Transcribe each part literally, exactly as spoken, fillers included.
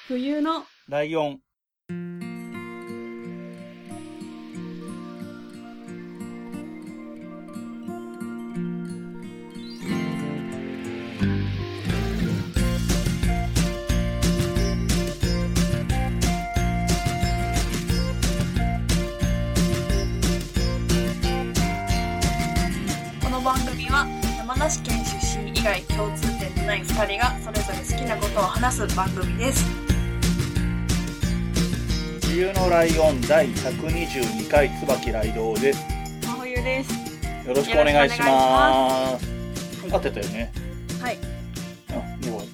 冬のライオン。 この番組は山梨県出身以外共通点のないふたりがそれぞれ好きなことを話す番組です。 冬のライオンだいひゃくにじゅうにかい椿雷道です。 真冬です。 よろしくお願いします。合ってたよね。 はい。 あ、よかった。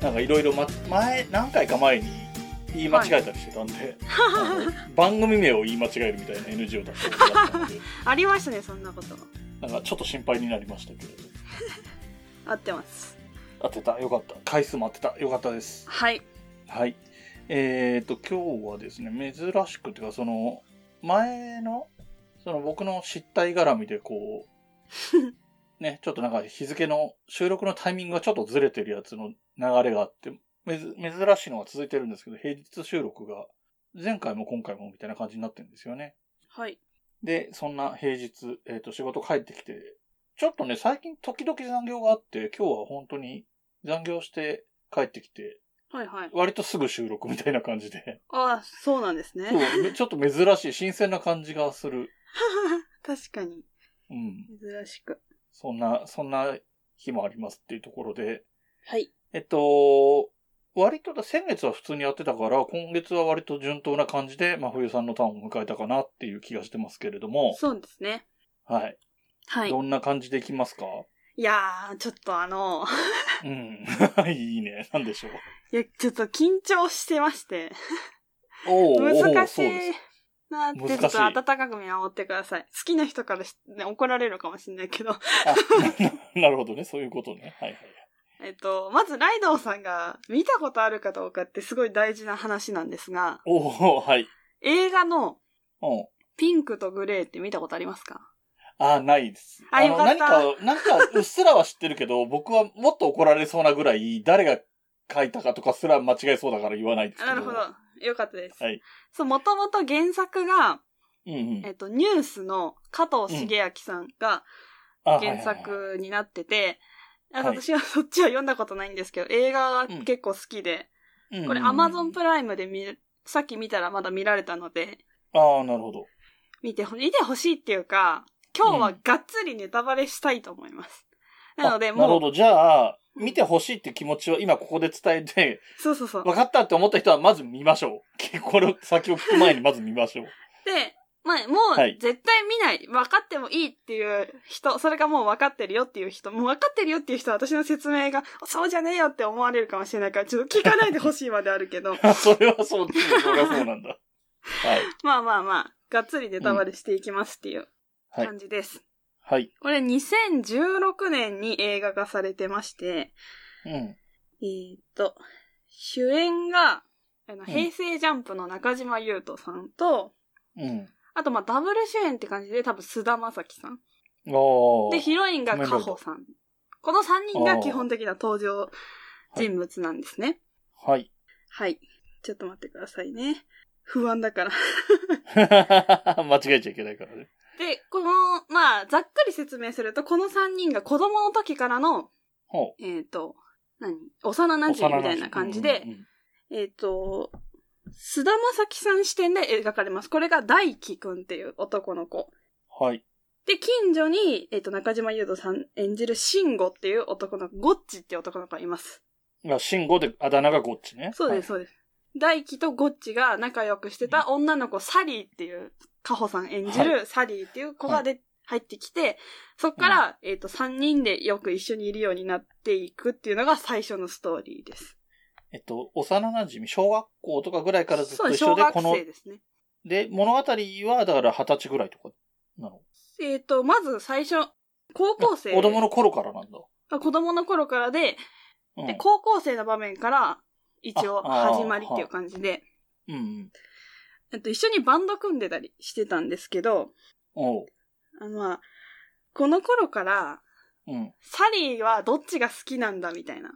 なんかいろいろ前何回か前に言い間違えたりしてたんで、はい、番組名を言い間違えるみたいな エヌジー を出したことがあったのでありましたね、そんなこと。 なんかちょっと心配になりましたけれど。 合ってます。 合ってた。よかった。回数も合ってた。よかったです。 はい。 はい。えーと、今日はですね、珍しくてか、その、前の、その僕の失態絡みでこう、ね、ちょっとなんか日付の収録のタイミングがちょっとずれてるやつの流れがあって、めず珍しいのが続いてるんですけど、平日収録が前回も今回もみたいな感じになってるんですよね。 はい。 で、そんな平日、えっと、仕事帰ってきて、ちょっとね、最近時々残業があって、今日は本当に残業して帰ってきて、 はいはい。 割とすぐ収録みたいな感じで。 ああ、そうなんですね。 そう、ちょっと珍しい、新鮮な感じがする。 確かに。 うん。 珍しく。 そんな、そんな日もありますっていうところで。 はい。 えっと、割とだ、先月は普通にやってたから、今月は割と順当な感じで、真冬さんのターンを迎えたかなっていう気がしてますけれども。 そうですね。 はい。 はい。 どんな感じでいきますか？ いやー、ちょっとあのうん。いいね。なんでしょう。 いや、ちょっと緊張してまして。 おー、 難しいなって、ちょっと温かく見守ってください。好きな人から、ね、怒られるかもしれないけど。あ、 なるほどね。そういうことね。はいはい。 えっと、まずライドウさんが見たことあるかどうかってすごい大事な話なんですが。 おー、はい。 映画のピンクとグレーって見たことありますか？ あ、ないです。 あ、よかった。 何か、なんか、うっすらは知ってるけど、僕はもっと怒られそうなぐらい、誰が書いたかとかすら間違えそうだから言わないですけど。 なるほど。よかったです。 はい。 そう、もともと原作が、 うんうん、 えっと、ニュースの加藤茂明さんが原作になってて、うん、私はそっちは読んだことないんですけど、映画が結構好きで、うん、これ Amazon プライムで見る、さっき見たらまだ見られたので、 ああ、なるほど。 見て、見てほしいっていうか、今日はがっつりネタバレしたいと思います。うん、なのでもう。 なるほど。じゃあ、見てほしいって気持ちを今ここで伝えて、 そうそうそう。 分かったって思った人はまず見ましょう。これ先を聞く前にまず見ましょう。 で、まあ、もう絶対見ない、はい、分かってもいいっていう人、それがもう分かってるよっていう人、もう分かってるよっていう人は私の説明が、そうじゃねえよって思われるかもしれないから、ちょっと聞かないでほしいまであるけど。 それはそうです。それはそうなんだ。はい。 まあまあまあ、がっつりネタバレしていきますっていう感じです。 はい。はい、 これにせんじゅうろくねんに映画化されてまして、 うん。 えーっと、主演が、あの、平成ジャンプの中島裕翔さんと、 うん。 あと、まあ、ダブル主演って感じで、多分、菅田将暉さん。 おー。 で、ヒロインがカホさん。このさんにんが基本的な登場人物なんですね。 はい。 はい。ちょっと待ってくださいね。不安だから。 間違えちゃいけないからね。 で、この、まあ、ざっくり説明すると、このさんにんが子供の時からの、えっと、何幼馴染みたいな感じで、うんうんうん、えっと、菅田将暉さん視点で描かれます。これが大輝くんっていう男の子。 はい。 で、近所に、えっと、中島裕翔さん演じる慎吾っていう男の子、ゴッチっていう男の子がいます。 慎吾であだ名がゴッチね。 そうです、そうです。はい、大輝とゴッチが仲良くしてた女の子、サリーっていう、カホさん演じるサリーっていう子がで、はい、入ってきて、そっから、うん、えっと、さんにんでよく一緒にいるようになっていくっていうのが最初のストーリーです。 えっと、幼馴染、小学校とかぐらいからずっと一緒で、この、 小学生ですね。 で、物語は、だから二十歳ぐらいとかなの？ えっと、まず最初、高校生。 子供の頃からなんだ。 子供の頃からで、うん、で、高校生の場面から、一応始まりっていう感じで、 うんうん。 えっと、一緒にバンド組んでたりしてたんですけど、 おう。 あの、まあ、この頃から、 うん、 サリーはどっちが好きなんだみたいな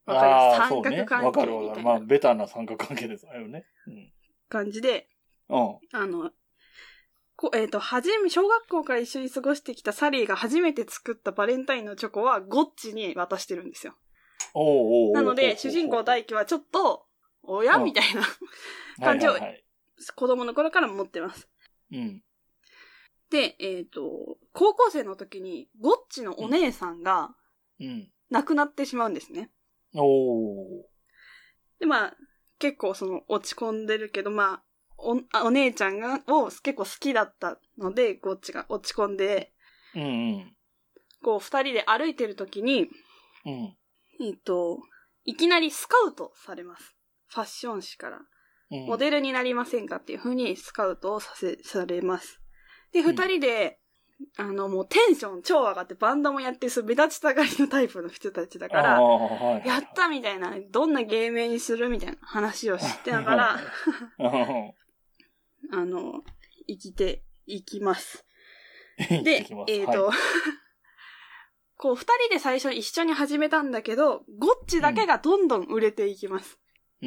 わかります。 ああ、 三角関係みたいな。 そうね。わかるわかる。まあ、ベタな三角関係ですよね。うん。 感じで、 うん。 あの、こえっ、ー、と、はじめ、小学校から一緒に過ごしてきたサリーが初めて作ったバレンタインのチョコはゴッチに渡してるんですよ。 おうおうおう。 なので、主人公大輝はちょっと、親みたいな感じを子供の頃から持ってます。 うん。 で、えっ、ー、と、高校生の時に、ゴッチのお姉さんが、亡くなってしまうんですね。 うん、おー。 で、まあ、結構その、落ち込んでるけど、まあ、お、お姉ちゃんが、を結構好きだったので、ゴッチが落ち込んで、 うんうん。 こう、二人で歩いてる時に、 うん。 えっ、ー、と、いきなりスカウトされます。ファッション誌から。うん、モデルになりませんかっていう風にスカウトをさせ、されます。で、二人で、うん、あの、もうテンション超上がってバンドもやって、そう、目立ちたがりのタイプの人たちだから、はい、やったみたいな、どんな芸名にするみたいな話をしてながら、あの、生きていきます。で、えっ、ー、と、はい、こう、二人で最初一緒に始めたんだけど、ゴッチだけがどんどん売れていきます。 うん。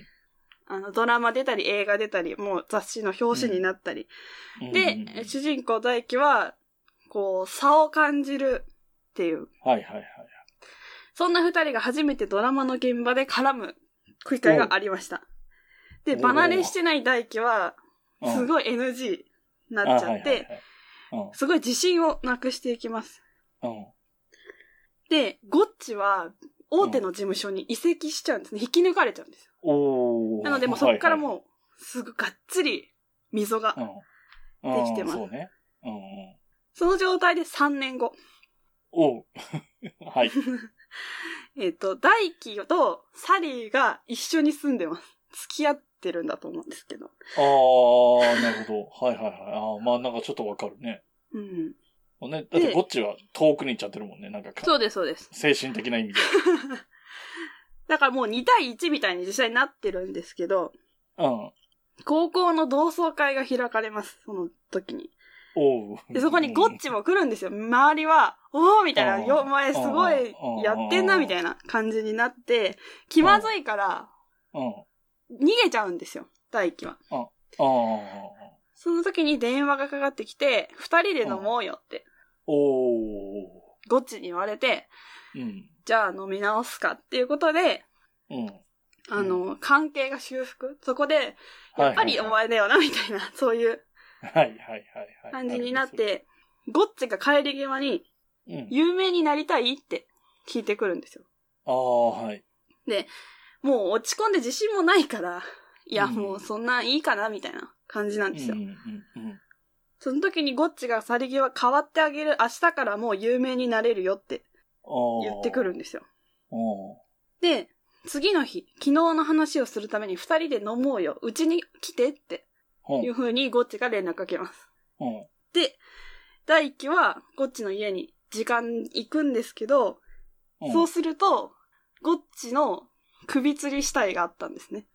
あの、ドラマ出たり、映画出たり、もう雑誌の表紙になったり。うん、で、うん、主人公大輝は、こう、差を感じるっていう。 はいはいはい。 そんな二人が初めてドラマの現場で絡む機会がありました。で、離れしてない大輝は、すごい エヌジー になっちゃって、すごい自信をなくしていきます。 うん、 で、ゴッチは、大手の事務所に移籍しちゃうんですね。引き抜かれちゃうんですよ。 おー。 なので、もうそっからもう、すぐがっつり溝ができてます。 うんうん、そうね。うんうん、 その状態でさんねんご。 おう。はい。 えっと、大輝とサリーが一緒に住んでます。付き合ってるんだと思うんですけど。 あー、なるほど。はいはいはい。あー、まあなんかちょっとわかるね。 うん。 ね、だってこっちは遠くに行っちゃってるもんね。なんかそうですそうです。 精神的な意味で。 だからもうに対いちみたいに実際になってるんですけど、 うん。 高校の同窓会が開かれます。その時に。 おう。 で、そこにゴッチも来るんですよ。周りは、おーみたいな、よ、お前すごいやってんなみたいな感じになって、気まずいから、逃げちゃうんですよ。大輝は。その時に電話がかかってきて、二人で飲もうよって。 おー。 ゴッチに言われて、 うん、じゃあ飲み直すかっていうことで、 うん、 あの、うん、関係が修復そこで、やっぱりお前だよな、みたいな、そういう、 はいはいはいはい。 感じになって、ゴッチが帰り際に、有名になりたいって聞いてくるんですよ。 ああ、はい。 で、もう落ち込んで自信もないから、いや、もうそんないいかな、みたいな感じなんですよ。 うんうんうんうん、 その時にゴッチが去り際変わってあげる、明日からもう有名になれるよって言ってくるんですよ。で、次の日、昨日の話をするために二人で飲もうよ、うちに来てっていう風にゴッチが連絡かけます。で、大輝はゴッチの家に時間行くんですけど、そうすると、ゴッチの首吊り死体があったんですね。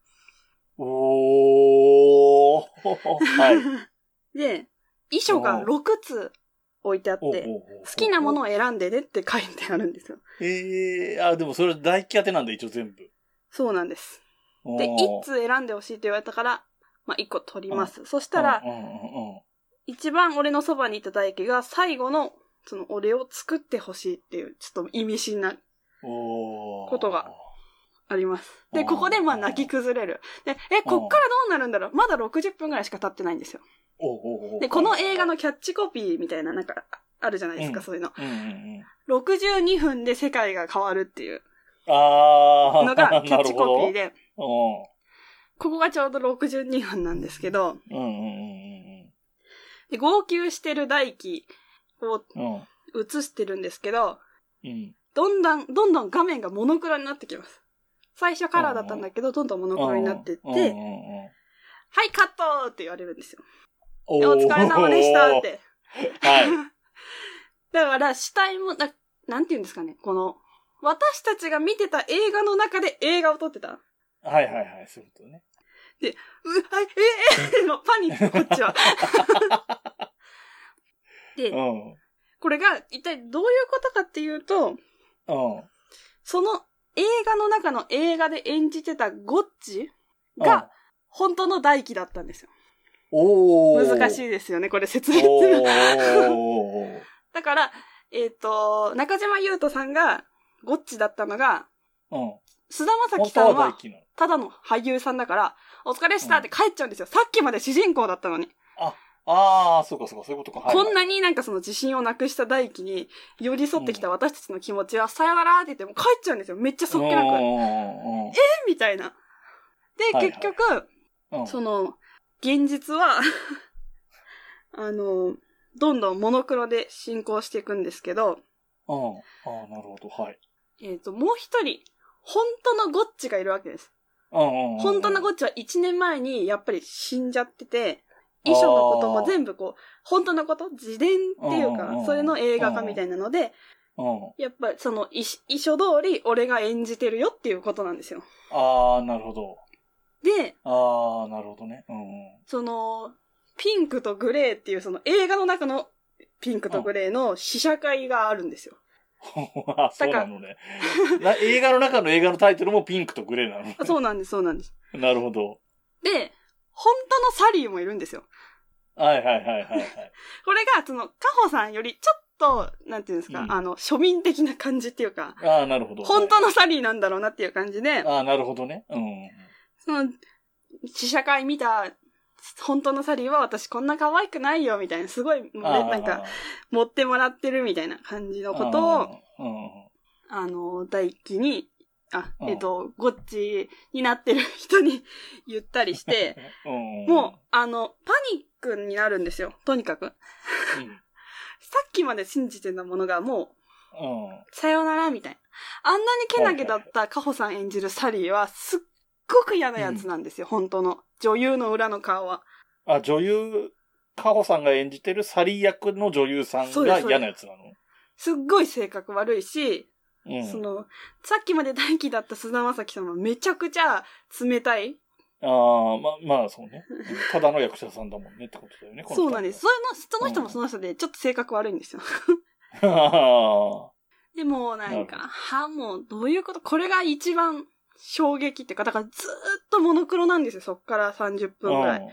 おー。はい。 で、遺書がろくつ置いてあって、好きなものを選んでねって書いてあるんですよ。 ええー、あ、でもそれ大輝当てなんだ、一応全部。 そうなんです。で、いっつ選んでほしいって言われたから、まあ、いっこ取ります。そしたら、一番俺のそばにいた大輝が最後の、その俺を作ってほしいっていう、ちょっと意味深なことがあります。で、ここでまあ泣き崩れる。で、え、こっからどうなるんだろう？まだろくじゅっぷんぐらいしか経ってないんですよ。で、この映画のキャッチコピーみたいな、なんか、あるじゃないですか、うん、そういうの、 うんうんうん。 ろくじゅうにふんで世界が変わるっていうのがキャッチコピーで、ここがちょうどろくじゅうにふんなんですけど、 うんうんうん、 で号泣してる大輝を映してるんですけど、 うん、 どんどん、どんどん画面がモノクロになってきます。最初カラーだったんだけど、どんどんモノクロになってって、はい、カットって言われるんですよ。お疲れ様でしたって。 はい。 だから、死体も、な、なんて言うんですかね。この、私たちが見てた映画の中で映画を撮ってた。 はいはいはい、そういうことね。 で、う、はい、え、え、のパニック、こっちは。で、 うん、 これが一体どういうことかっていうと、 うん、 その映画の中の映画で演じてたゴッチが、本当の大輝だったんですよ。 おー。 難しいですよね、これ説明する。 おー。 だから、えっ、ー、と、中島裕翔さんがゴッチだったのが、 うん。 菅田将暉さんは、ただの俳優さんだから、お疲れでしたって帰っちゃうんですよ。うん、さっきまで主人公だったのに。 あ、ああ、そうかそうか、そういうことか。 はいはい、こんなになんかその自信をなくした大輝に寄り添ってきた私たちの気持ちは、さよならって言っても帰っちゃうんですよ。めっちゃそっけなく。えー、みたいな。で、はいはい、結局、うん、その、現実は、あの、どんどんモノクロで進行していくんですけど、 ああ、なるほど、はい。 えっと、もう一人、本当のゴッチがいるわけです。本当のゴッチはいちねんまえにやっぱり死んじゃってて、遺書のことも全部こう、本当のこと、自伝っていうか、それの映画化みたいなので、やっぱりその遺書通り俺が演じてるよっていうことなんですよ。 ああ、なるほど。 で、 ああ、なるほどね。うんうん、 その、ピンクとグレーっていうその映画の中のピンクとグレーの試写会があるんですよ。 あ、そうなのね。映画の中の映画のタイトルもピンクとグレーなの、ね、 そうなんです、そうなんです。 なるほど。 で、本当のサリーもいるんですよ。 はいはいはいはい、はい。 これが、その、カホさんよりちょっと、なんていうんですか、うん、あの、庶民的な感じっていうか。 ああ、なるほど。 本当のサリーなんだろうなっていう感じで。 ああ、なるほどね。うん。 その、試写会見た、本当のサリーは私こんな可愛くないよみたいな、すごい、なんか、持ってもらってるみたいな感じのことを、あ, あの、大輝に、あ、えっと、ゴッチになってる人に言ったりして、もう、あの、パニックになるんですよ、とにかく。うん、さっきまで信じてたものがもう、うん、さよならみたいな。あんなにけなげだったカホさん演じるサリーは、すっごく嫌なやつなんですよ、うん、本当の。女優の裏の顔は。 あ、女優、カホさんが演じてるサリー役の女優さんが嫌なやつなの？ すっごい性格悪いし、うん、その、さっきまで大輝だった菅田将暉さんはめちゃくちゃ冷たい。 ああ、ま、まあそうね。ただの役者さんだもんねってことだよね。 そうなんです。その、その人もその人でちょっと性格悪いんですよ。でもなんか、は、もうどういうこと？これが一番衝撃っていうか、だからずーっとモノクロなんですよ。そっからさんじゅっぷんぐらい。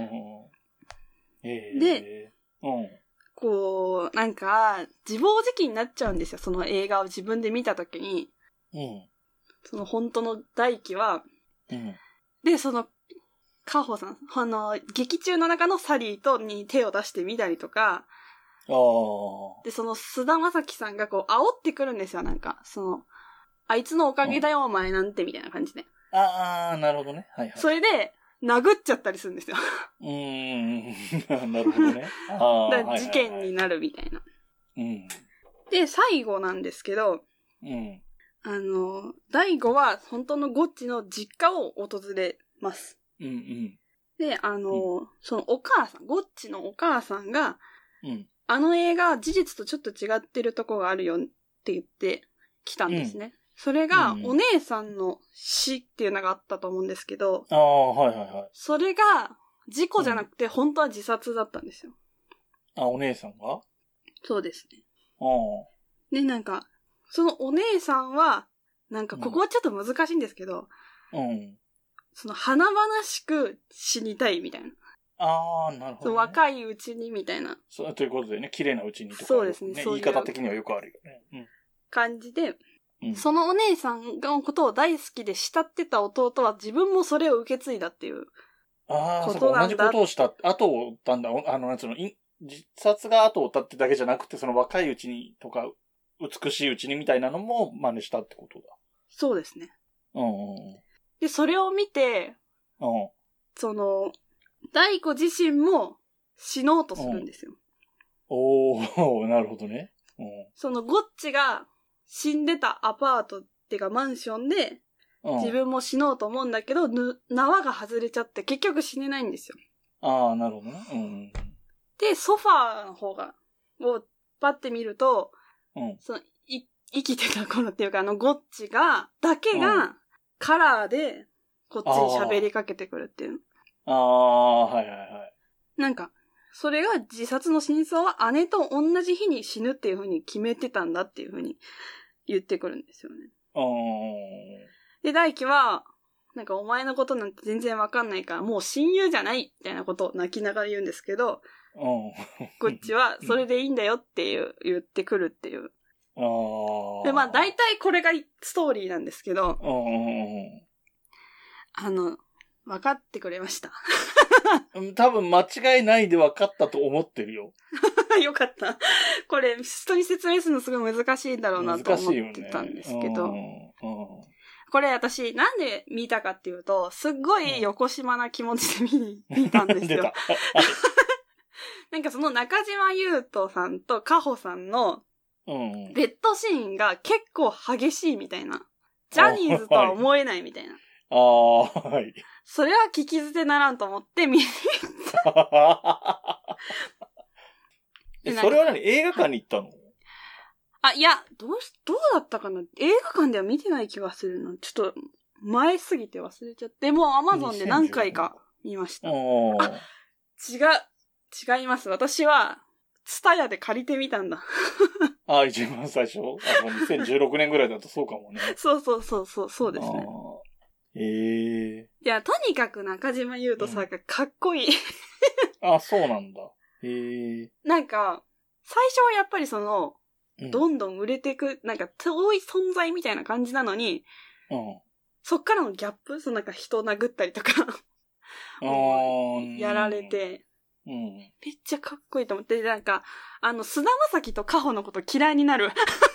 えー、 で、うん、こう、なんか、自暴自棄になっちゃうんですよ。その映画を自分で見たときに。うん。その本当の大輝は、うん。で、その、カホさん、あの、劇中の中のサリーとに手を出してみたりとか、 ああ。 で、その菅田将暉さんがこう、煽ってくるんですよ、なんか。その、あいつのおかげだよ、お前なんて、みたいな感じで。 ああ、なるほどね。はいはい。 それで、殴っちゃったりするんですよ。 うーん。なるほどね。あだから事件になるみたいな。 うん。 で、最後なんですけど、うん。あの、大悟は本当のゴッチの実家を訪れます。 うんうん。 で、あの、うん、そのお母さん、ゴッチのお母さんが、 うん。 あの映画事実とちょっと違ってるとこがあるよって言ってきたんですね。うん、それが、うん、お姉さんの死っていうのがあったと思うんですけど、 ああ、はいはいはい。 それが事故じゃなくて本当は自殺だったんですよ。 うん、あ、お姉さんが？ そうですね。 ああ。 で、なんか、そのお姉さんは、なんかここはちょっと難しいんですけど、 うん。 その華々しく死にたいみたいな。 ああ、なるほど、ね。 若いうちにみたいな。 そう、ということでね、綺麗なうちにとか、ね。 そうですね。 そういう言い方的にはよくあるよね。うん。 感じで、うん、そのお姉さんのことを大好きで慕ってた弟は自分もそれを受け継いだっていう。 ああ、そうか、同じことをした、後を追ったんだ。あの、なんつうの、自殺が後を追ったってだけじゃなくて、その若いうちにとか、美しいうちにみたいなのも真似したってことだ。 そうですね。 うんうんうん。 で、それを見て、 うん、 その、大子自身も死のうとするんですよ。 うん、おー、なるほどね。うん、 そのゴッチが死んでたアパートっていうかマンションで、うん、自分も死のうと思うんだけど、縄が外れちゃって結局死ねないんですよ。 ああ、なるほどね。うん、 で、ソファーの方が、をパッて見ると、 うん、 そのい生きてた頃っていうか、あのゴッチが、だけが、カラーで、こっちに喋りかけてくるっていう。 ああ、はいはいはい。 なんか、それが自殺の真相は姉と同じ日に死ぬっていう風に決めてたんだっていう風に言ってくるんですよね。 で、大輝は、なんかお前のことなんて全然わかんないから、もう親友じゃないみたいなことを泣きながら言うんですけど、こっちはそれでいいんだよっていう、言ってくるっていう。で、まあ大体これがストーリーなんですけど、あの、分かってくれました。 多分間違いないで分かったと思ってるよ。 よかった。これ、人に説明するのすごい難しいんだろうなと思ってたんですけど。これ私、なんで見たかっていうと、すっごい横島な気持ちで見に、見たんですよ。なんかその中島優斗さんとカホさんの、ベッドシーンが結構激しいみたいな。ジャニーズとは思えないみたいな。 ああ、はい。 それは聞き捨てならんと思って見に行った。 え、それは何？映画館に行ったの？ あ、いや、どうし、どうだったかな？映画館では見てない気がするの。ちょっと、前すぎて忘れちゃって。もうアマゾンで何回か見ました。あ、違う。違います。私は、ツタヤで借りてみたんだ。 ああ、一番最初？あ、にせんじゅうろくねんぐらいだとそうかもね。 そうそうそうそう、そうですね。 ええー。 いや、とにかく中島優斗さんがかっこいい。 うん、あ、そうなんだ。へえー。 なんか、最初はやっぱりその、うん、どんどん売れていく、なんか遠い存在みたいな感じなのに、うん、そっからのギャップ、そのなんか人を殴ったりとかやられて、うん、めっちゃかっこいいと思って、なんか、あの、菅田将暉とカホのこと嫌いになる。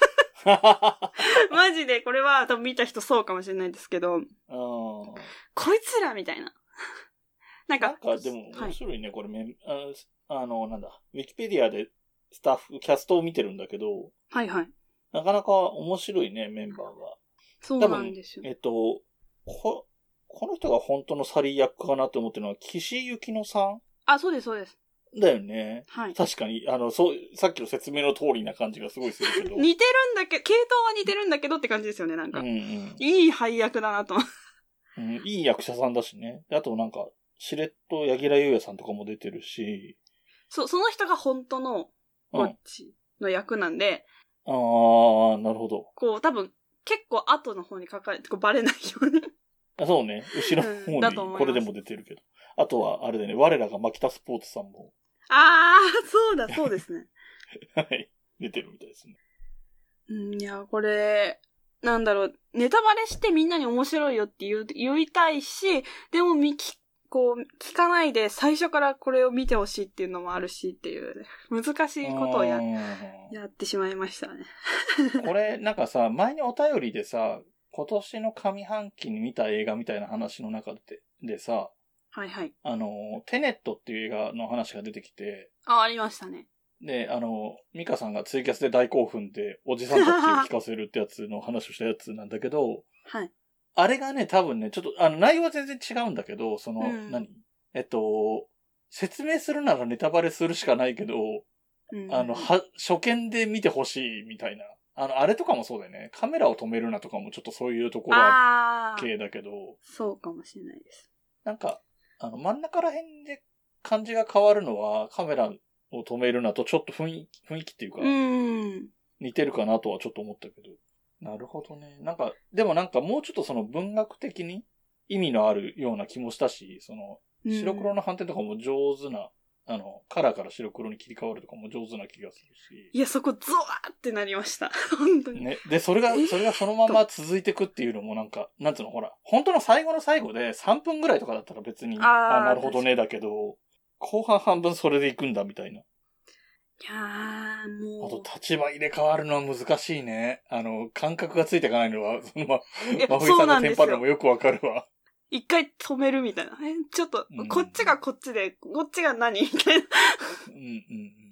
マジで、これは多分見た人そうかもしれないですけど、こいつらみたいな。なんか、 なんかでも面白いね、はい、これめあ、あの、なんだ、ウィキペディアでスタッフ、キャストを見てるんだけど、 はいはい。 なかなか面白いね、メンバーが。 そうなんですよ。 えっと、こ、この人が本当のサリー役かなって思ってるのは、岸由紀乃さん？ あ、そうです、そうです。 だよね。 はい。 確かに、あの、そう、さっきの説明の通りな感じがすごいするけど。 似てるんだけど、系統は似てるんだけどって感じですよね、なんか。うんうん、いい配役だなと。 うん。いい役者さんだしね。あとなんか、しれっと柳楽優弥さんとかも出てるし。 そう、その人が本当の、こっちの役なんで。 うん、ああ、なるほど。 こう、多分、結構後の方に書かれて、こうバレないように。 あ、そうね。後ろの方にこれでも出てるけど。うん、あとは、あれでね、我らが牧田スポーツさんも。 ああ、そうだ、そうですね。 はい。出てるみたいですね。 うん、いや、これ、なんだろう、ネタバレしてみんなに面白いよって言う、言いたいし、でもみき、こう、聞かないで最初からこれを見てほしいっていうのもあるしっていう、ね、難しいことをや、やってしまいましたね。 これ、なんかさ、前にお便りでさ、今年の上半期に見た映画みたいな話の中で、でさ、 はいはい。 あの、テネットっていう映画の話が出てきて。 あ、ありましたね。 で、あの、ミカさんがツイキャスで大興奮で、おじさんたちを聞かせるってやつの話をしたやつなんだけど、 はい。 あれがね、多分ね、ちょっと、あの、内容は全然違うんだけど、その、うん、何えっと、説明するならネタバレするしかないけど、うん、あの、は、初見で見てほしいみたいな。あの、あれとかもそうだよね。カメラを止めるなとかもちょっとそういうところ系だけど。 そうかもしれないです。 なんか、あの、真ん中ら辺で感じが変わるのは、カメラを止めるなとちょっと雰囲気、雰囲気っていうか、うん似てるかなとはちょっと思ったけど。なるほどね。なんか、でもなんかもうちょっとその文学的に意味のあるような気もしたし、その、白黒の反転とかも上手な、あの、カラーから白黒に切り替わるとかも上手な気がするし。 いや、そこゾワーってなりました。本当に。 ね。で、それが、それがそのまま続いてくっていうのもなんか、なんつうの、ほら、本当の最後の最後でさんぷんぐらいとかだったら別に、ああ、なるほどね、だけど、後半半分それで行くんだみたいな。 いやー、もう。 あと、立場入れ替わるのは難しいね。あの、感覚がついていかないのは、そのま、まふいさんがテンパるのもよくわかるわ。 一回止めるみたいな。え、ちょっと、うん、こっちがこっちで、こっちが何みたいな。 うんうんうん。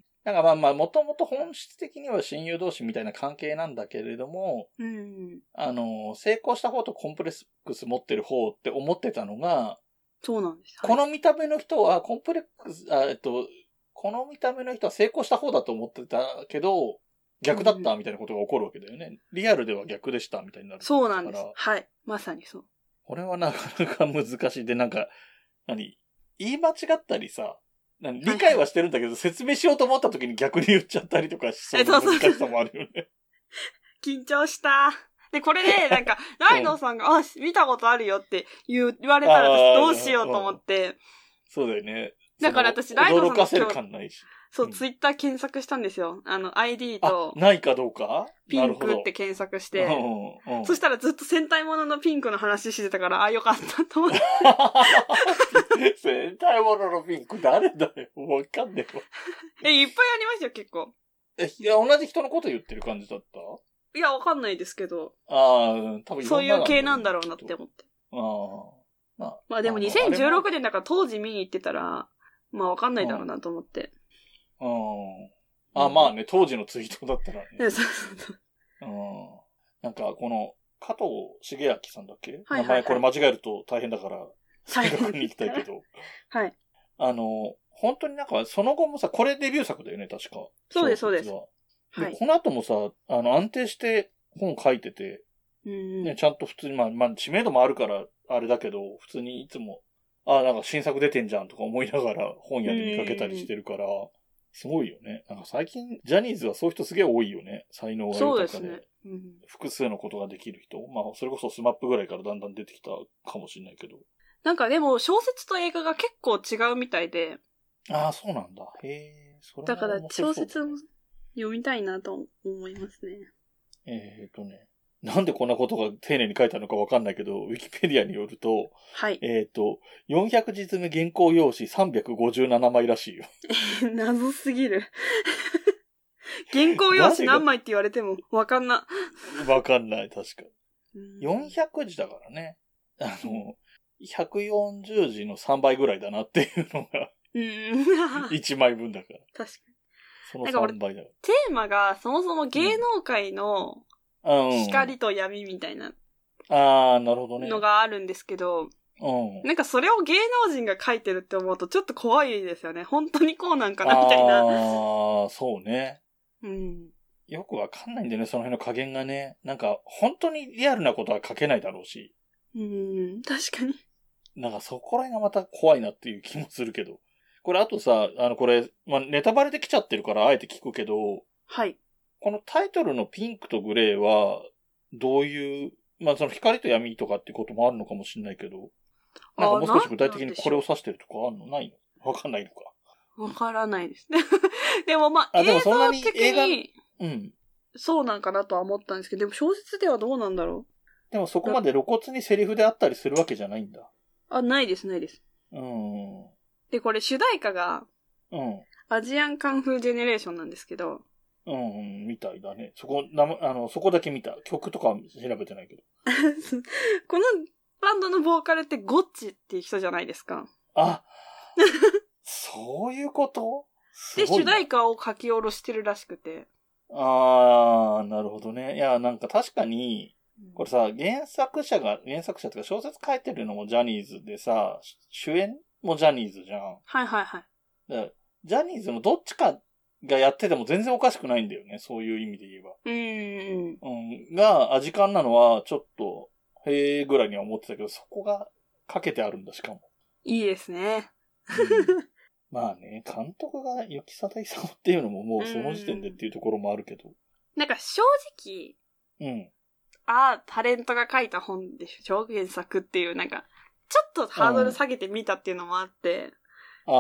なんかまあまあ、もともと本質的には親友同士みたいな関係なんだけれども、うん、あの、成功した方とコンプレックス持ってる方って思ってたのが、 そうなんです。 この見た目の人はコンプレックス、あえっと、この見た目の人は成功した方だと思ってたけど、逆だったみたいなことが起こるわけだよね。うん、リアルでは逆でしたみたいになるから。 そうなんです。はい。まさにそう。 これはなかなか難しい。で、なんか、何言い間違ったりさ、何理解はしてるんだけど、はいはい、説明しようと思った時に逆に言っちゃったりとかしそうな難しさもあるよね。 緊張した。 で、これで、なんか、ライドウさんが、あ、見たことあるよって言言われたら私どうしようと思って。 そうだよね。 だから私、ライドウさんの驚かせる感ないし。 そう、うん、ツイッター検索したんですよ。あの、アイディー と。 ないかどうかピンクって検索して。 うんうん、 そしたらずっと戦隊もののピンクの話してたから、あ、よかったと思って。 戦隊もののピンク誰だよ。わかんねえわ。 え、いっぱいありましたよ、結構。 え、いや、同じ人のこと言ってる感じだったいや、わかんないですけど。 ああ、多分そういう系なんだろうなって思って。 ああ。 まあでもにせんじゅうろくねんだから当時見に行ってたら、まあわかんないだろうなと思って。 うん。あ、うん、まあね、当時のツイートだったらね。 そうそうそう。 うん。なんか、この、加藤茂明さんだっけ、はいはいはい、名前これ間違えると大変だから、正確に行きたいけど。 はい。 あの、本当になんか、その後もさ、これデビュー作だよね、確か。 そうです、そうです。 で、はい、この後もさ、あの、安定して本書いてて、 うんね、ちゃんと普通に、まあ、まあ、知名度もあるから、あれだけど、普通にいつも、あ、なんか新作出てんじゃんとか思いながら本屋で見かけたりしてるから、すごいよね。なんか最近、ジャニーズはそういう人すげえ多いよね。才能が豊かで。そうですね。うん、複数のことができる人。まあ、それこそスマップぐらいからだんだん出てきたかもしれないけど。 なんかでも、小説と映画が結構違うみたいで。 ああ、そうなんだ。へえ、それだから小説も読みたいなと思いますね。 えっとね。なんでこんなことが丁寧に書いたのかわかんないけど、ウィキペディアによると、 はい。 えっと、よんひゃくじつめ原稿用紙さんびゃくごじゅうななまいらしいよ。 謎すぎる。原稿用紙何枚って言われてもわかんな。 わかんない、確か。よんひゃくじだからね。あの、ひゃくよんじゅうじのさんばいぐらいだなっていうのが、うん、いちまいぶんだから。 確かに。 そのさんばいだから。 テーマがそもそも芸能界の、うん、光と闇みたいなああ、なるほどね。 のがあるんですけど、うん、なんかそれを芸能人が書いてるって思うとちょっと怖いですよね。本当にこうなんかなみたいな。 ああ、そうね。 うん。 よくわかんないんだよね、その辺の加減がね。なんか本当にリアルなことは書けないだろうし。 うん、確かに。 なんかそこら辺がまた怖いなっていう気もするけど。これあとさ、あのこれ、まあ、ネタバレできちゃってるからあえて聞くけど。 はい。 このタイトルのピンクとグレーは、どういう、まあその光と闇とかってこともあるのかもしれないけど、なんかもう少し具体的にこれを指してるとかあるのないのわかんないのか。 わからないですね。でもまあ、 あ、でもそんなに映像的に、 うん。 そうなんかなとは思ったんですけど、でも小説ではどうなんだろう。でもそこまで露骨にセリフであったりするわけじゃないんだ。 あ、ないです、ないです。 うん。 で、これ主題歌が、 うん。 アジアンカンフージェネレーションなんですけど、 うん、みたいだね。そこ、な、あの、そこだけ見た。曲とか調べてないけど。 このバンドのボーカルってゴッチっていう人じゃないですか。 あ、そういうことで、主題歌を書き下ろしてるらしくて。 あー、なるほどね。いや、なんか確かに、これさ、原作者が、原作者とか小説書いてるのもジャニーズでさ、主演もジャニーズじゃん。 はいはいはい。 だからジャニーズのどっちかがやってても全然おかしくないんだよね。そういう意味で言えば。 うーん。 うん。が、アジカンなのは、ちょっと、へーぐらいには思ってたけど、そこがかけてあるんだ、しかも。 いいですね。 うん、まあね、監督が雪貞勲っていうのももうその時点でっていうところもあるけど。 なんか正直、 うん。 ああ、タレントが書いた本でしょ、原作っていう、なんか、ちょっとハードル下げてみたっていうのもあって、 うん、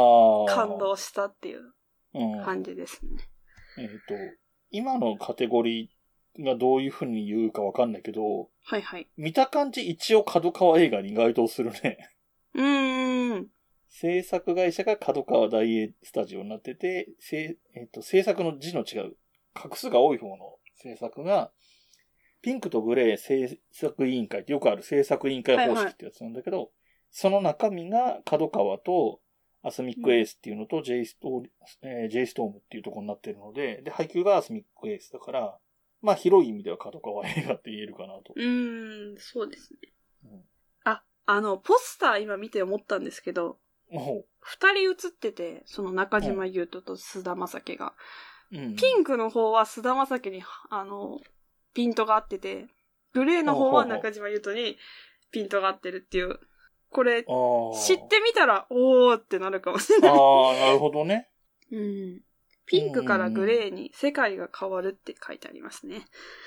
あ感動したっていう感じですね。 うん、えっ、ー、と、今のカテゴリーがどういう風に言うかわかんないけど、 はいはい。 見た感じ一応角川映画に該当するね。 うーん。 制作会社が角川大映スタジオになってて、せえっと、制作の字の違う、画数が多い方の制作が、ピンクとグレー制作委員会ってよくある制作委員会方式ってやつなんだけど、はいはい、その中身が角川とアスミックエースっていうのと J ストー、えー、J ストームっていうところになってるので、で、配給がアスミックエースだから、まあ広い意味では角川映画って言えるかなと。 うーん、そうですね。うん、あ、あの、ポスター今見て思ったんですけど、二人写ってて、その中島優斗と菅田将暉が、うん。ピンクの方は菅田将暉に、あの、ピントが合ってて、グレーの方は中島優斗にピントが合ってるっていう。これ、知ってみたら、おーってなるかもしれない。 ああ、なるほどね。 うん。ピンクからグレーに世界が変わるって書いてありますね。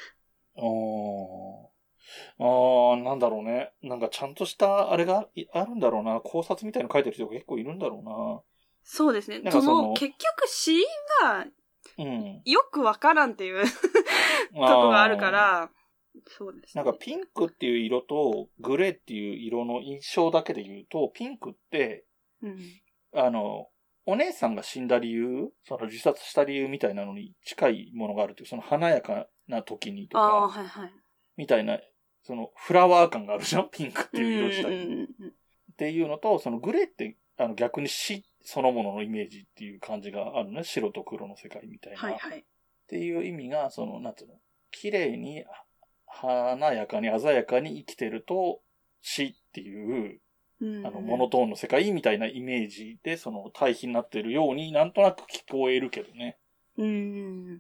ああ、なんだろうね。なんかちゃんとしたあれがあるんだろうな。考察みたいなの書いてる人が結構いるんだろうな。 そうですね。なんかその、その結局死因が、うん、よくわからんっていうとこがあるから、そうですね。なんかピンクっていう色とグレーっていう色の印象だけで言うと、ピンクって、うん、あの、お姉さんが死んだ理由、その自殺した理由みたいなのに近いものがあるという、その華やかな時にとか、 あ、はいはい、 みたいな、そのフラワー感があるじゃん、ピンクっていう色自体、うんうんうん。っていうのと、そのグレーってあの逆に死そのもののイメージっていう感じがあるね。白と黒の世界みたいな。 はいはい。 っていう意味が、その、なんていうの、綺麗に、華やかに鮮やかに生きてると死っていう、あの、モノトーンの世界みたいなイメージで、その対比になってるようになんとなく聞こえるけどね。 うん。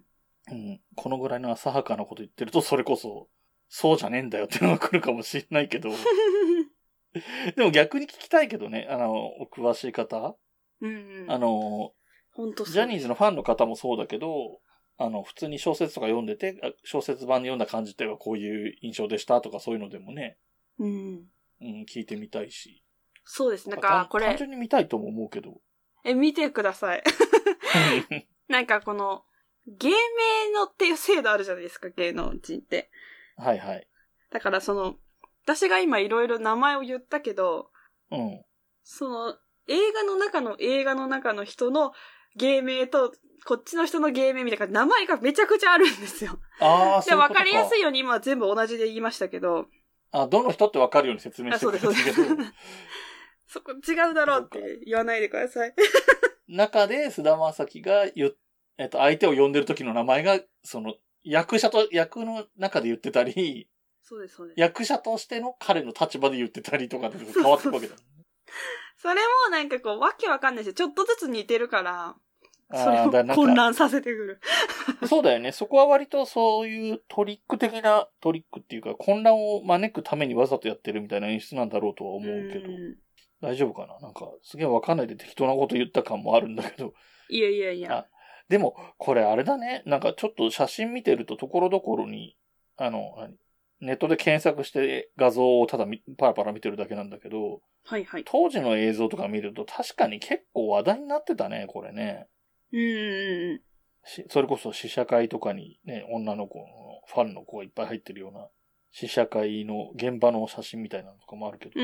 うん。このぐらいの浅はかなこと言ってると、それこそ、そうじゃねえんだよっていうのが来るかもしれないけど。でも逆に聞きたいけどね、あの、お詳しい方。 うんうん、 あの、 本当ジャニーズのファンの方もそうだけど、あの、普通に小説とか読んでて、小説版で読んだ感じではこういう印象でしたとかそういうのでもね、 うん。 うん、聞いてみたいし。 そうです。なんか、これ。 単純に見たいとも思うけど。 え、見てください。なんかこの、芸名のっていう制度あるじゃないですか、芸能人って。 はいはい。 だからその、私が今いろいろ名前を言ったけど、 うん。 その、映画の中の映画の中の人の芸名と、こっちの人の芸名みたいな名前がめちゃくちゃあるんですよ。 ああ、そういうことか。 で、わかりやすいように今は全部同じで言いましたけど。 あ、どの人ってわかるように説明してくれたけど。 そうです、そうです。そこ違うだろうって言わないでください。 中で菅田将暉が言っ、えっと、相手を呼んでる時の名前が、その、役者と、役の中で言ってたり、 そうです、そうです。 役者としての彼の立場で言ってたりとかで変わってくわけだ。 それもなんかこう、わけわかんないし、ちょっとずつ似てるから、それを混乱させてくる。 そうだよね。そこは割とそういうトリック的な、トリックっていうか、混乱を招くためにわざとやってるみたいな演出なんだろうとは思うけど、大丈夫かな？なんか、すげえわかんないで適当なこと言った感もあるんだけど。 いやいやいや。 あ、でも、これあれだね。なんかちょっと写真見てるとところどころに、あの、何ネットで検索して画像をただパラパラ見てるだけなんだけど、 はいはい。 当時の映像とか見ると確かに結構話題になってたね、これね。 うんうんうん。 それこそ試写会とかにね、女の子のファンの子がいっぱい入ってるような試写会の現場の写真みたいなのとかもあるけど。 うん、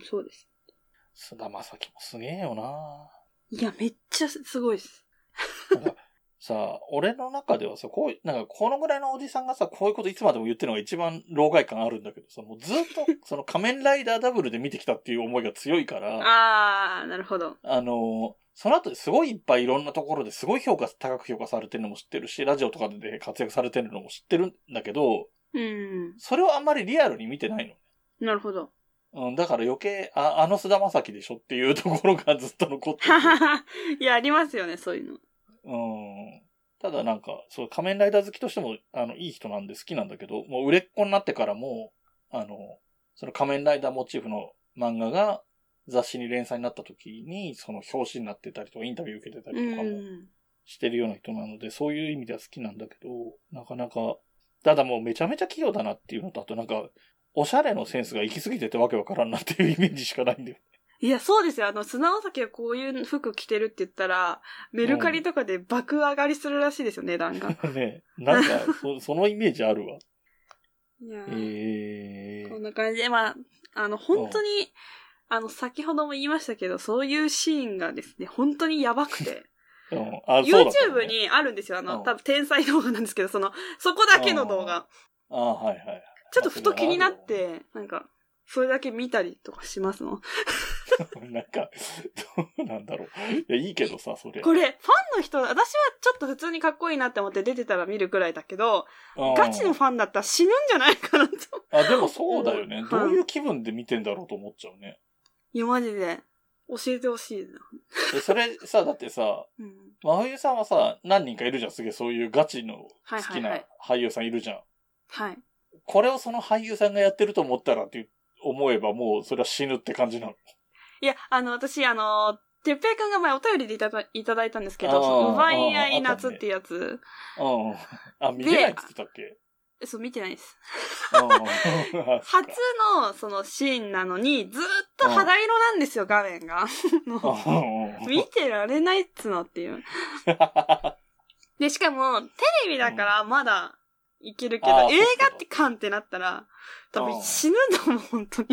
そうです。 菅田将暉もすげえよないや、めっちゃすごいです。 なんかさあ、俺の中ではさ、こういう、なんかこのぐらいのおじさんがさ、こういうこといつまでも言ってるのが一番老害感あるんだけどさ、もうずっとその仮面ライダーダブルで見てきたっていう思いが強いから。 あー、なるほど。 あの、その後ですごいいっぱいいろんなところですごい評価、高く評価されてるのも知ってるし、ラジオとかで活躍されてるのも知ってるんだけど、 うん。 それをあんまりリアルに見てないの。 なるほど。 うん、だから余計、あ、あの菅田将暉でしょっていうところがずっと残ってる。 いや、ありますよね、そういうの。 うん。ただなんか、そう、仮面ライダー好きとしても、あの、いい人なんで好きなんだけど、もう売れっ子になってからも、あの、その仮面ライダーモチーフの漫画が雑誌に連載になった時に、その表紙になってたりとか、インタビュー受けてたりとかもしてるような人なので、そういう意味では好きなんだけど、なかなか、ただもうめちゃめちゃ器用だなっていうのと、あとなんか、おしゃれのセンスが行き過ぎててわけわからんなっていうイメージしかないんだよ。 いや、そうですよ。あの、砂尾崎がこういう服着てるって言ったら、メルカリとかで爆上がりするらしいですよ、値段が。 ねなんかそ、そのイメージあるわ。 いやえー、 こんな感じで、まあ、あの、本当に、あの、先ほども言いましたけど、そういうシーンがですね、本当にやばくて。 うん、あ、そうだったね。 YouTube にあるんですよ。あの、多分天才動画なんですけど、その、そこだけの動画。 ああ、はいはい。 ちょっとふと気になって、なんか、それだけ見たりとかしますの。 なんか、どうなんだろう。いや、いいけどさ、それ。 これ、ファンの人、私はちょっと普通にかっこいいなって思って出てたら見るくらいだけど、ガチのファンだったら死ぬんじゃないかなと。 あ、でもそうだよね。どういう気分で見てんだろうと思っちゃうね。いや、マジで。教えてほしいな。 で、それさ、だってさ、うん、真冬さんはさ、何人かいるじゃん。すげえそういうガチの好きな俳優さんいるじゃん。 はい。 これをその俳優さんがやってると思ったらって思えばもうそれは死ぬって感じなの。 いや、あの、私、あの、てっぺいくんが前お便りでいただいただいたんですけど、奪い合い夏ってやつ。 うん。あ、見れないって言ってたっけ？ そう、見てないです。 初の、そのシーンなのに、ずーっと肌色なんですよ、画面が。見てられないっつのっていう。で、しかも、テレビだからまだいけるけど、うん、映画って感ってなったら、多分死ぬと思う、本当に。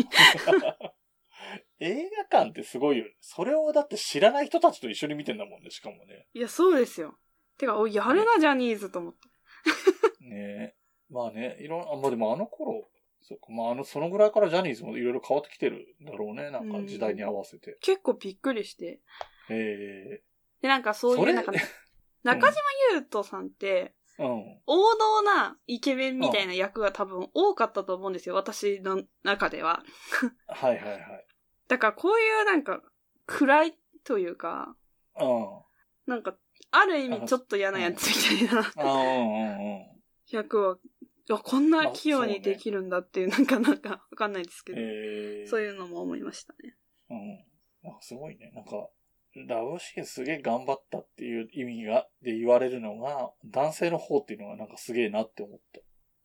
映画館ってすごいよね。それをだって知らない人たちと一緒に見てんだもんね、しかもね。 いや、そうですよ。てか、お、やるな、ね、ジャニーズと思って。 ねえ。まあね、いろんな、まあでもあの頃、そうか、まああの、そのぐらいからジャニーズもいろいろ変わってきてるんだろうね、なんか時代に合わせて。 結構びっくりして。 へえ。 で、なんかそういう、なんか、中島優斗さんって、うん、王道なイケメンみたいな役が多分多かったと思うんですよ、私の中では。 はいはいはい。 だからこういうなんか、暗いというか、うん、なんか、ある意味ちょっと嫌なやつみたいな、役は、こんな器用にできるんだっていう、なんかなんかわかんないですけど、えー、そういうのも思いましたね。 うん。なんかすごいね。なんか、ラブシーンすげえ頑張ったっていう意味が、で言われるのが、男性の方っていうのがなんかすげえなって思った。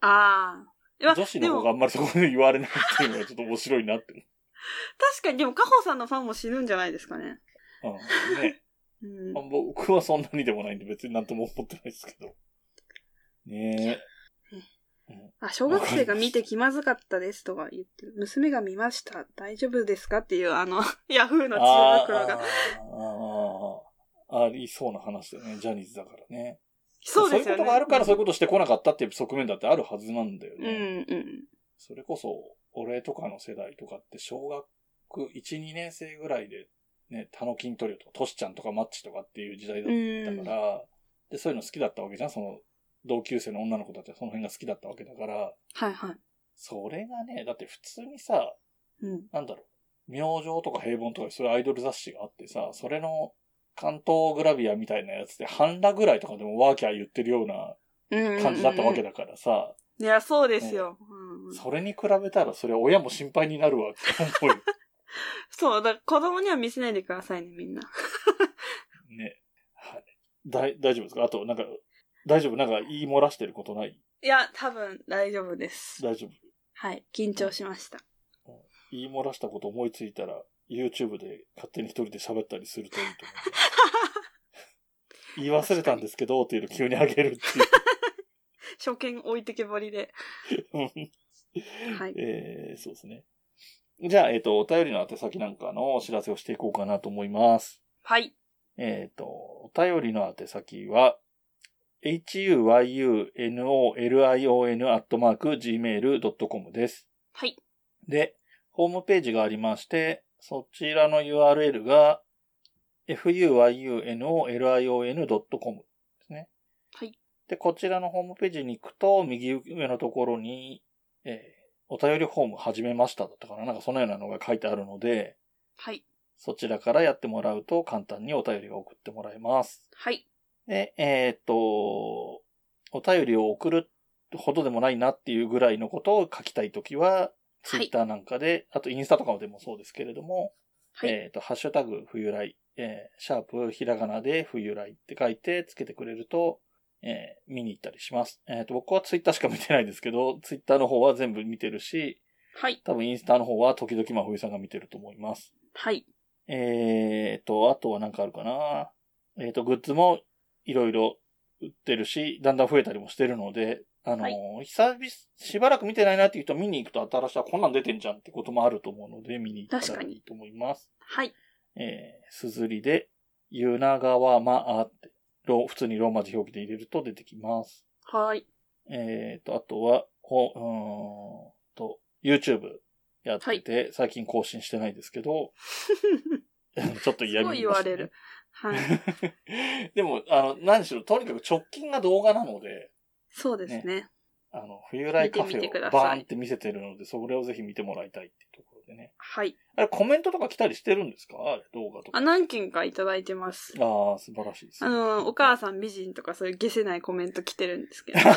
ああ。女子の方があんまりそこで言われないっていうのがちょっと面白いなって思った。 確かに、でも、カホさんのファンも死ぬんじゃないですかね。 うん。ね。うん、僕はそんなにでもないんで別になんとも思ってないですけど。ねえ。あ、小学生が見て気まずかったですとか言ってる。娘が見ました。大丈夫ですかっていう、あの、ヤフーの知恵袋が。 ああ、ありそうな話だよね。ジャニーズだからね。 そうですよね。 そういうことがあるからそういうことしてこなかったっていう側面だってあるはずなんだよね。うんうん。 それこそ、俺とかの世代とかって小学いち、にねん生ぐらいで、ね、タノキントリオとかトシちゃんとかマッチとかっていう時代だったから、で、そういうの好きだったわけじゃん、その、同級生の女の子たちはその辺が好きだったわけだから、 はいはい。 それがね、だって普通にさ、うん、なんだろう、明星とか平凡とかそういうアイドル雑誌があってさ、それの関東グラビアみたいなやつで半裸ぐらいとかでもワーキャー言ってるような感じだったわけだからさ、うんうんうんうんいや、そうですよ、ねうんうん。それに比べたら、それは親も心配になるわって思う。 そう、だから子供には見せないでくださいね、みんな。 ね。はい。だい、大丈夫ですか？あと、なんか、大丈夫？なんか言い漏らしてることない？ いや、多分大丈夫です。 大丈夫？ はい。緊張しました。 うん、言い漏らしたこと思いついたら、YouTube で勝手に一人で喋ったりするといいと思う。言い忘れたんですけど、っていうのを急にあげるっていう。 初見置いてけぼりで。 はい。えー、そうですね。じゃあ、えっと、お便りの宛先なんかのお知らせをしていこうかなと思います。 はい。 えっと、お便りの宛先は、エイチユーワイユーエヌオーエルアイオーエヌ アットマーク ジーメール ドットコム です。 はい。 で、ホームページがありまして、そちらの ユーアールエル が エフユーワイユーエヌオーエルアイオーエヌ ドットコム ですね。 はい。 で、こちらのホームページに行くと、右上のところに、えー、お便りフォーム始めましただったかななんかそのようなのが書いてあるので、 はい。 そちらからやってもらうと簡単にお便りが送ってもらえます。 はい。 で、えー、っと、お便りを送るほどでもないなっていうぐらいのことを書きたいときは、ツイッターなんかで、はい、あとインスタとかでもそうですけれども、はい、えー、っと、ハッシュタグ冬来、えー、シャープひらがなで冬来って書いてつけてくれると、えー、見に行ったりします。えっと、僕はツイッターしか見てないですけど、ツイッターの方は全部見てるし、 はい。 多分インスタの方は時々真冬さんが見てると思います。 はい。 えっと、あとは何かあるかな。えっと、グッズもいろいろ売ってるし、だんだん増えたりもしてるので、あの、はい、久々、しばらく見てないなっていう人見に行くと新しい、こんなん出てんじゃんってこともあると思うので、見に行ったらいいと思います。 はい。 えー、すずりで、ゆながわまあって、普通にローマ字表記で入れると出てきます。 はい。 えっと、あとは、ほ、うーんと、YouTube やってて、はい、最近更新してないですけど、ちょっと嫌味、ね、 そう言われる。はい。 でも、あの、何しろ、とにかく直近が動画なので、 そうですね。 ねあの、冬来カフェをバーンって見せてるので、それをぜひ見てもらいたいっていうところでね。 はい。 あれ、コメントとか来たりしてるんですか？あれ、動画とか。 あ、何件かいただいてます。 ああ、素晴らしいです、 ね。あの、お母さん美人とかそういう消せないコメント来てるんですけど。お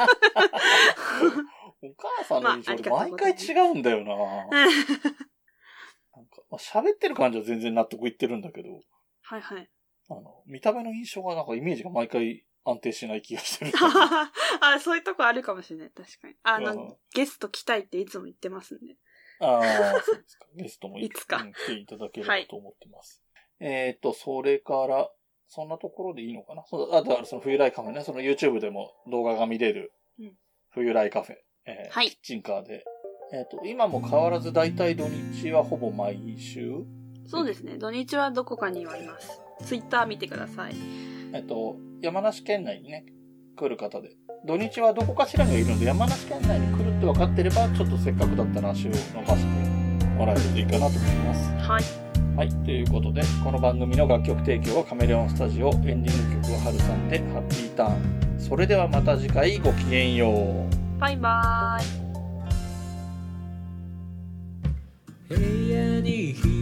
母さんの印象、まあ、毎回違うんだよな。なんか、まあ、喋ってる感じは全然納得いってるんだけど。 はいはい。 あの、見た目の印象がなんかイメージが毎回安定しない気がしてる。 あ、そういうとこあるかもしれない。確かに。あの、うん、ゲスト来たいっていつも言ってますんで。 ああ、そうですか。ゲストもいつか、 うん、来ていただければと思ってます。はい、えっ、ー、と、それから、そんなところでいいのかな。そうだ、あ、だからその冬来カフェね、その YouTube でも動画が見れる、冬来カフェ、えーはい、キッチンカーで。えっ、ー、と、今も変わらず大体土日はほぼ毎週？ そうですね。土日はどこかにはいます。Twitter 見てください。 えっと、山梨県内にね、来る方で。土日はどこかしらにいるので、山梨県内に来るって分かってれば、ちょっとせっかくだったら足を伸ばしてもらえるといいかなと思います。 はい。 はい。ということで、この番組の楽曲提供はカメレオンスタジオ、エンディング曲は春さんで、ハッピーターン。それではまた次回ごきげんよう。 バイバーイ。部屋に